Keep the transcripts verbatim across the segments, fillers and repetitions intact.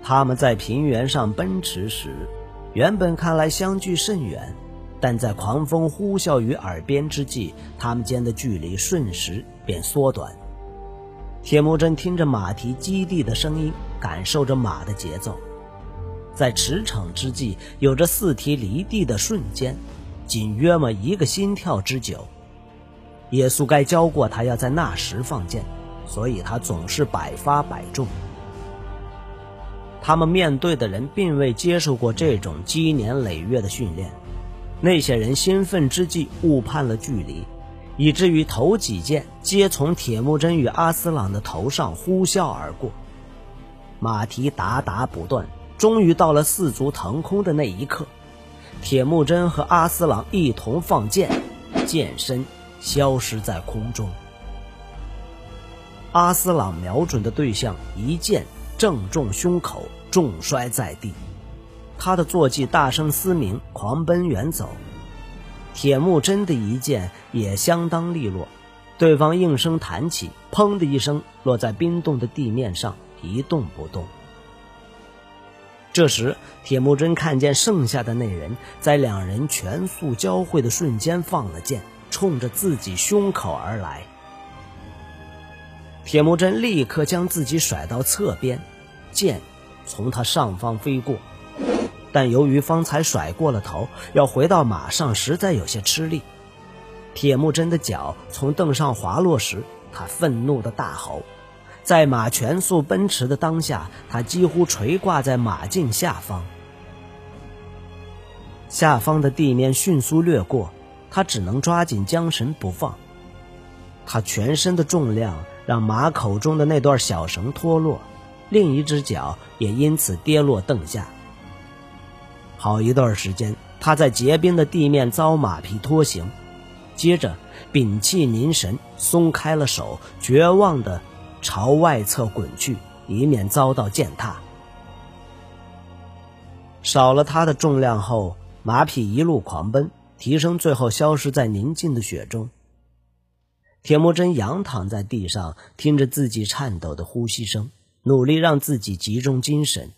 他们在平原上奔驰时，原本看来相距甚远，但在狂风呼啸于耳边之际，他们间的距离瞬时便缩短。铁木真听着马蹄击地的声音，感受着马的节奏。在驰骋之际，有着四蹄离地的瞬间，仅约么一个心跳之久。耶稣该教过他要在那时放箭，所以他总是百发百中。他们面对的人并未接受过这种积年累月的训练，那些人兴奋之际误判了距离，以至于头几箭皆从铁木真与阿斯朗的头上呼啸而过。马蹄达达不断，终于到了四足腾空的那一刻，铁木真和阿斯朗一同放箭，箭身消失在空中。阿斯朗瞄准的对象一箭正中胸口，重摔在地。他的坐骑大声嘶鸣，狂奔远走。铁木真的一箭也相当利落，对方应声弹起，砰的一声落在冰冻的地面上，一动不动。这时铁木真看见剩下的那人在两人全速交汇的瞬间放了箭，冲着自己胸口而来。铁木真立刻将自己甩到侧边，箭从他上方飞过，但由于方才甩过了头，要回到马上实在有些吃力。铁木真的脚从凳上滑落时，他愤怒的大吼。在马全速奔驰的当下，他几乎垂挂在马颈下方。下方的地面迅速掠过，他只能抓紧缰绳不放。他全身的重量让马口中的那段小绳脱落，另一只脚也因此跌落凳下。好一段时间，他在结冰的地面遭马匹拖行，接着屏气凝神，松开了手，绝望地朝外侧滚去，以免遭到践踏。少了他的重量后，马匹一路狂奔，蹄声最后消失在宁静的雪中。铁木真仰躺在地上，听着自己颤抖的呼吸声，努力让自己集中精神。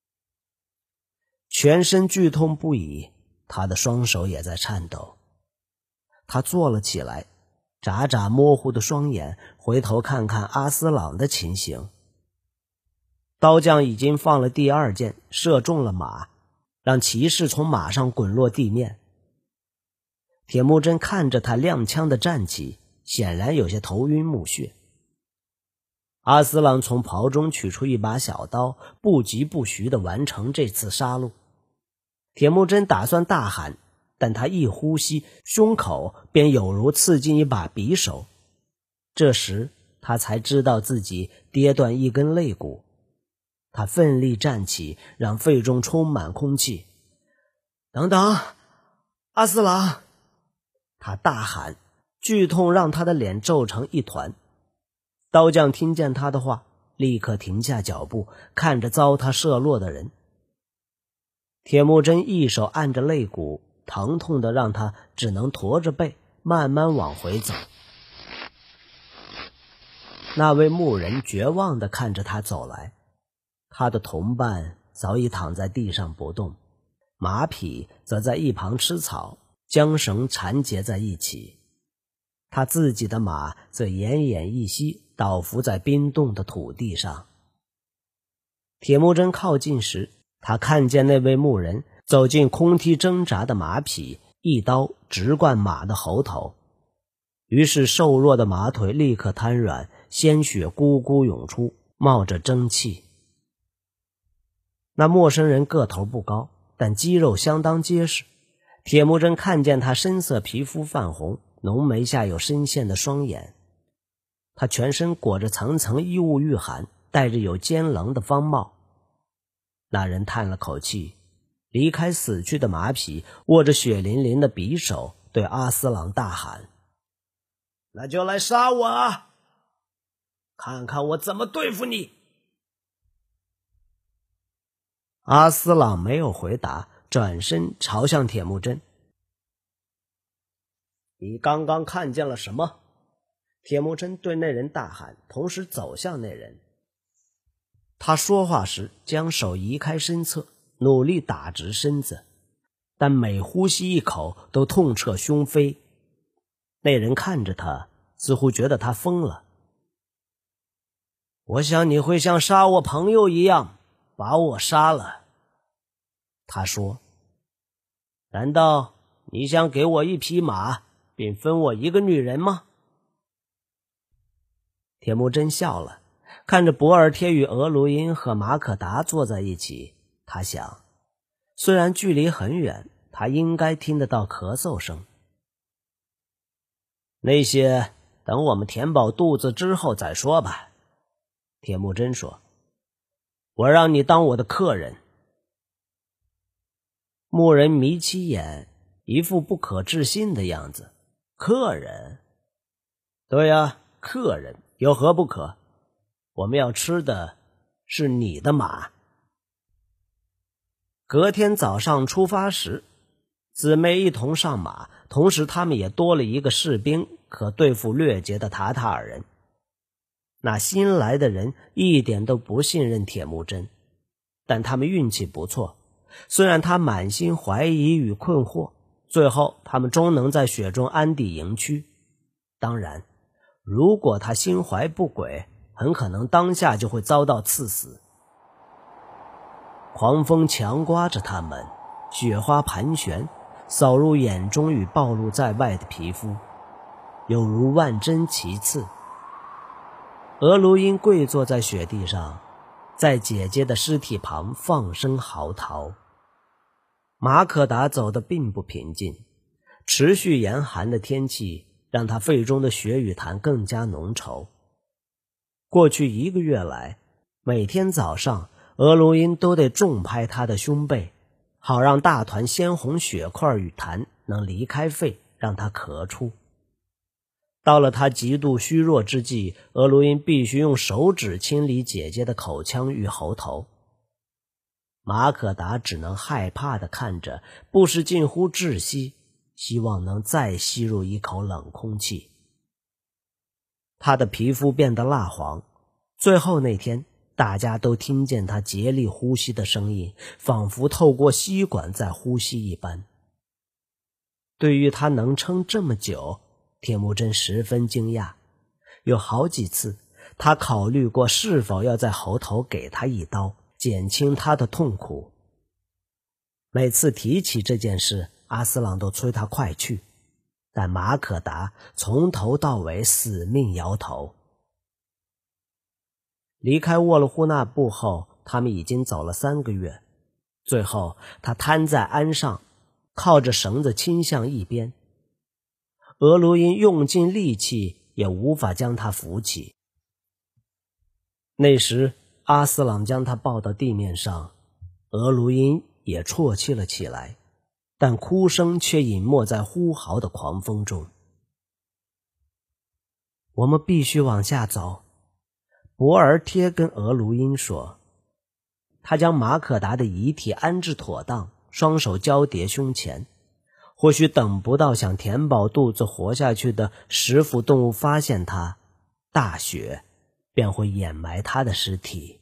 全身剧痛不已，他的双手也在颤抖。他坐了起来，眨眨模糊的双眼，回头看看阿斯朗的情形。刀匠已经放了第二箭，射中了马，让骑士从马上滚落地面。铁木真看着他踉跄地站起，显然有些头晕目眩。阿斯朗从袍中取出一把小刀，不疾不徐地完成这次杀戮。铁木真打算大喊，但他一呼吸，胸口便有如刺进一把匕首。这时他才知道自己跌断一根肋骨。他奋力站起，让肺中充满空气。等等，阿斯朗！他大喊，剧痛让他的脸皱成一团。刀匠听见他的话，立刻停下脚步，看着遭他射落的人。铁木真一手按着肋骨，疼痛的让他只能驼着背慢慢往回走。那位牧人绝望地看着他走来，他的同伴早已躺在地上不动，马匹则在一旁吃草，缰绳缠结在一起。他自己的马则奄奄一息，倒伏在冰冻的土地上。铁木真靠近时，他看见那位牧人走进空踢挣扎的马匹，一刀直贯马的喉头。于是瘦弱的马腿立刻瘫软，鲜血咕咕涌出，冒着蒸汽。那陌生人个头不高，但肌肉相当结实。铁木真看见他深色皮肤泛红，浓眉下有深陷的双眼。他全身裹着层层衣物御寒，戴着有尖棱的方帽。那人叹了口气，离开死去的马匹，握着血淋淋的匕首，对阿斯朗大喊：那就来杀我啊！看看我怎么对付你！阿斯朗没有回答，转身朝向铁木真。你刚刚看见了什么？铁木真对那人大喊，同时走向那人。 他说话时将手移开身侧，努力打直身子，但每呼吸一口都痛彻胸扉。那人看着他，似乎觉得他疯了。我想你会像杀我朋友一样把我杀了，他说。难道你想给我一匹马，并分我一个女人吗？铁木真笑了，看着博尔贴与俄卢因和马可达坐在一起，他想，虽然距离很远，他应该听得到咳嗽声。那些等我们填饱肚子之后再说吧，铁木真说。我让你当我的客人。牧人眯起眼，一副不可置信的样子。客人？对呀，客人，有何不可？我们要吃的是你的马。隔天早上出发时，姊妹一同上马，同时他们也多了一个士兵，可对付掠劫的塔塔尔人。那新来的人一点都不信任铁木真，但他们运气不错，虽然他满心怀疑与困惑，最后他们终能在雪中安地营区。当然，如果他心怀不轨，很可能当下就会遭到刺死。狂风强刮着他们，雪花盘旋，扫入眼中与暴露在外的皮肤，有如万针齐刺。俄卢因跪坐在雪地上，在姐姐的尸体旁放声嚎啕。马可达走得并不平静，持续严寒的天气让他肺中的血与痰更加浓稠。过去一个月来，每天早上俄卢因都得重拍他的胸背，好让大团鲜红血块与痰能离开肺，让他咳出。到了他极度虚弱之际，俄卢因必须用手指清理姐姐的口腔与喉头。马可达只能害怕地看着，不时近乎窒息，希望能再吸入一口冷空气。他的皮肤变得蜡黄，最后那天大家都听见他竭力呼吸的声音，仿佛透过吸管在呼吸一般。对于他能撑这么久，铁木真十分惊讶。有好几次他考虑过是否要在喉头给他一刀，减轻他的痛苦。每次提起这件事，阿斯朗都催他快去，但马可达从头到尾死命摇头。离开沃勒呼纳部后，他们已经走了三个月。最后他瘫在鞍上，靠着绳子倾向一边。俄卢因用尽力气也无法将他扶起。那时阿斯朗将他抱到地面上，俄卢因也啜泣了起来，但哭声却隐没在呼嚎的狂风中。我们必须往下走，博尔贴跟俄卢因说。他将马可达的遗体安置妥当，双手交叠胸前。或许等不到想填饱肚子活下去的食腐动物发现他，大雪便会掩埋他的尸体。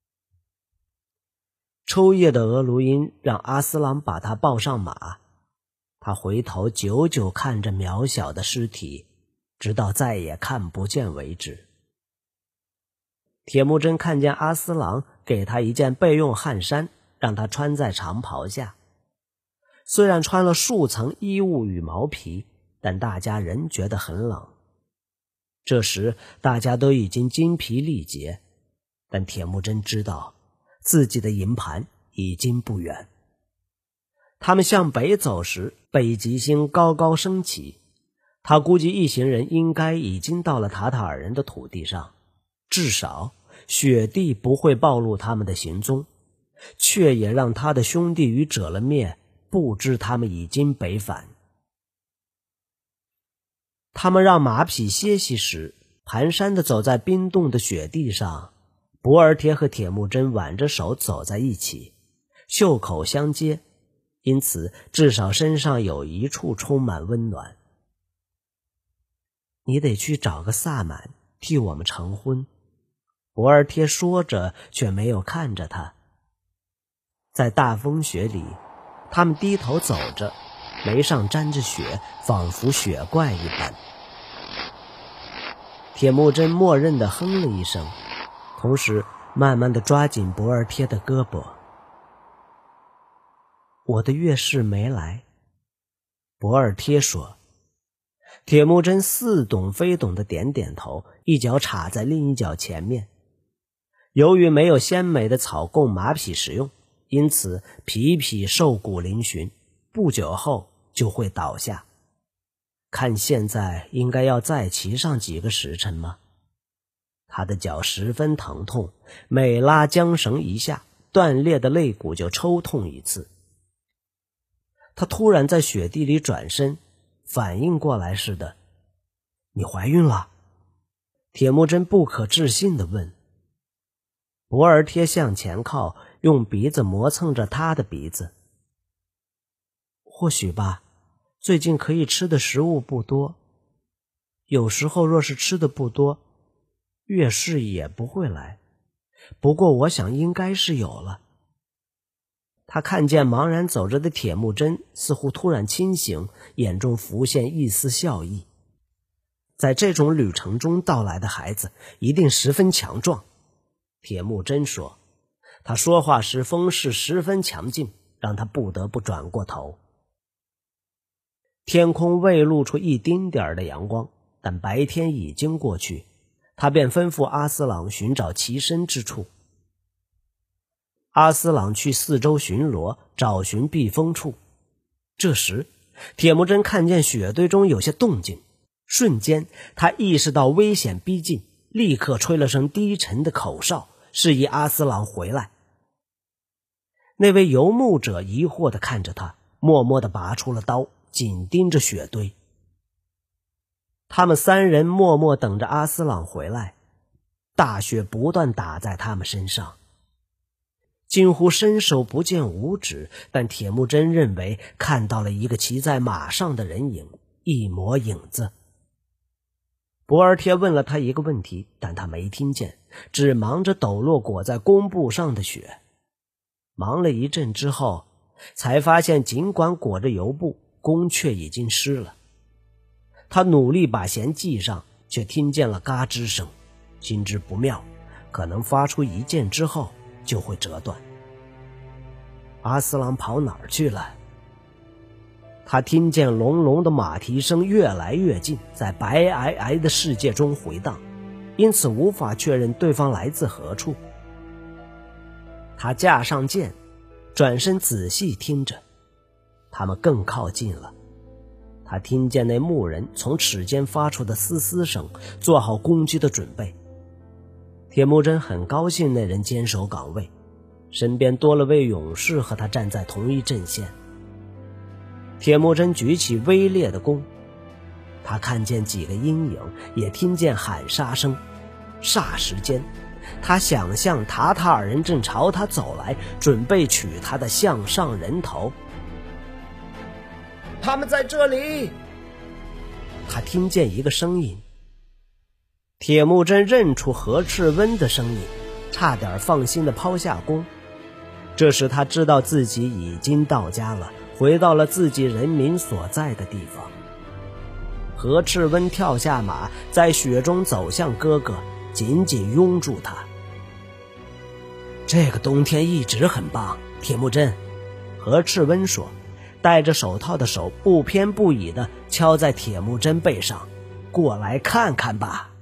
抽夜的俄卢因让阿斯朗把他抱上马，他回头久久看着渺小的尸体，直到再也看不见为止。铁木真看见阿斯朗给他一件备用汗衫，让他穿在长袍下。虽然穿了数层衣物与毛皮，但大家仍觉得很冷。这时大家都已经精疲力竭，但铁木真知道自己的营盘已经不远。他们向北走时，北极星高高升起，他估计一行人应该已经到了塔塔尔人的土地上，至少雪地不会暴露他们的行踪，却也让他的兄弟与者勒灭不知他们已经北返。他们让马匹歇息时，蹒跚地走在冰冻的雪地上，博尔贴和铁木真挽着手走在一起，袖口相接，因此至少身上有一处充满温暖。你得去找个萨满替我们成婚， 博尔贴说着，却没有看着他。在大风雪里，他们低头走着，眉上沾着血，仿佛雪怪一般。铁木真默认地哼了一声，同时慢慢地抓紧博尔贴的胳膊。我的月事没来，博尔贴说。铁木真似懂非懂地点点头，一脚插在另一脚前面。由于没有鲜美的草供马匹食用，因此匹匹瘦骨嶙峋，不久后就会倒下。看现在应该要再骑上几个时辰吗？他的脚十分疼痛，每拉缰绳一下，断裂的肋骨就抽痛一次。他突然在雪地里转身，反应过来似的。你怀孕了？铁木真不可置信地问。博尔贴向前靠，用鼻子磨蹭着他的鼻子。或许吧，最近可以吃的食物不多，有时候若是吃的不多，月事也不会来。不过我想应该是有了。他看见茫然走着的铁木真似乎突然清醒，眼中浮现一丝笑意。在这种旅程中到来的孩子一定十分强壮，铁木真说。他说话时风势十分强劲，让他不得不转过头。天空未露出一丁点的阳光，但白天已经过去，他便吩咐阿斯朗寻找栖身之处。阿斯朗去四周巡逻，找寻避风处。这时，铁木真看见雪堆中有些动静，瞬间他意识到危险逼近，立刻吹了声低沉的口哨，示意阿斯朗回来。那位游牧者疑惑地看着他，默默地拔出了刀，紧盯着雪堆。他们三人默默等着阿斯朗回来，大雪不断打在他们身上，近乎伸手不见五指，但铁木真认为看到了一个骑在马上的人影，一抹影子。博尔贴问了他一个问题，但他没听见，只忙着抖落裹在弓布上的雪。忙了一阵之后，才发现尽管裹着油布，弓却已经湿了。他努力把弦系上，却听见了嘎吱声，心知不妙，可能发出一箭之后就会折断。阿斯朗跑哪儿去了？他听见隆隆的马蹄声越来越近，在白皑皑的世界中回荡，因此无法确认对方来自何处。他架上剑，转身仔细听着，他们更靠近了。他听见那牧人从齿间发出的嘶嘶声，做好攻击的准备。铁木真很高兴那人坚守岗位，身边多了位勇士和他站在同一阵线。铁木真举起微烈的弓，他看见几个阴影，也听见喊杀声。霎时间，他想象塔塔尔人正朝他走来，准备取他的项上人头。他们在这里！他听见一个声音。铁木真认出何赤温的声音，差点放心地抛下弓。这时他知道自己已经到家了，回到了自己人民所在的地方。何赤温跳下马，在雪中走向哥哥，紧紧拥住他。这个冬天一直很棒，铁木真，何赤温说，戴着手套的手不偏不倚地敲在铁木真背上，过来看看吧。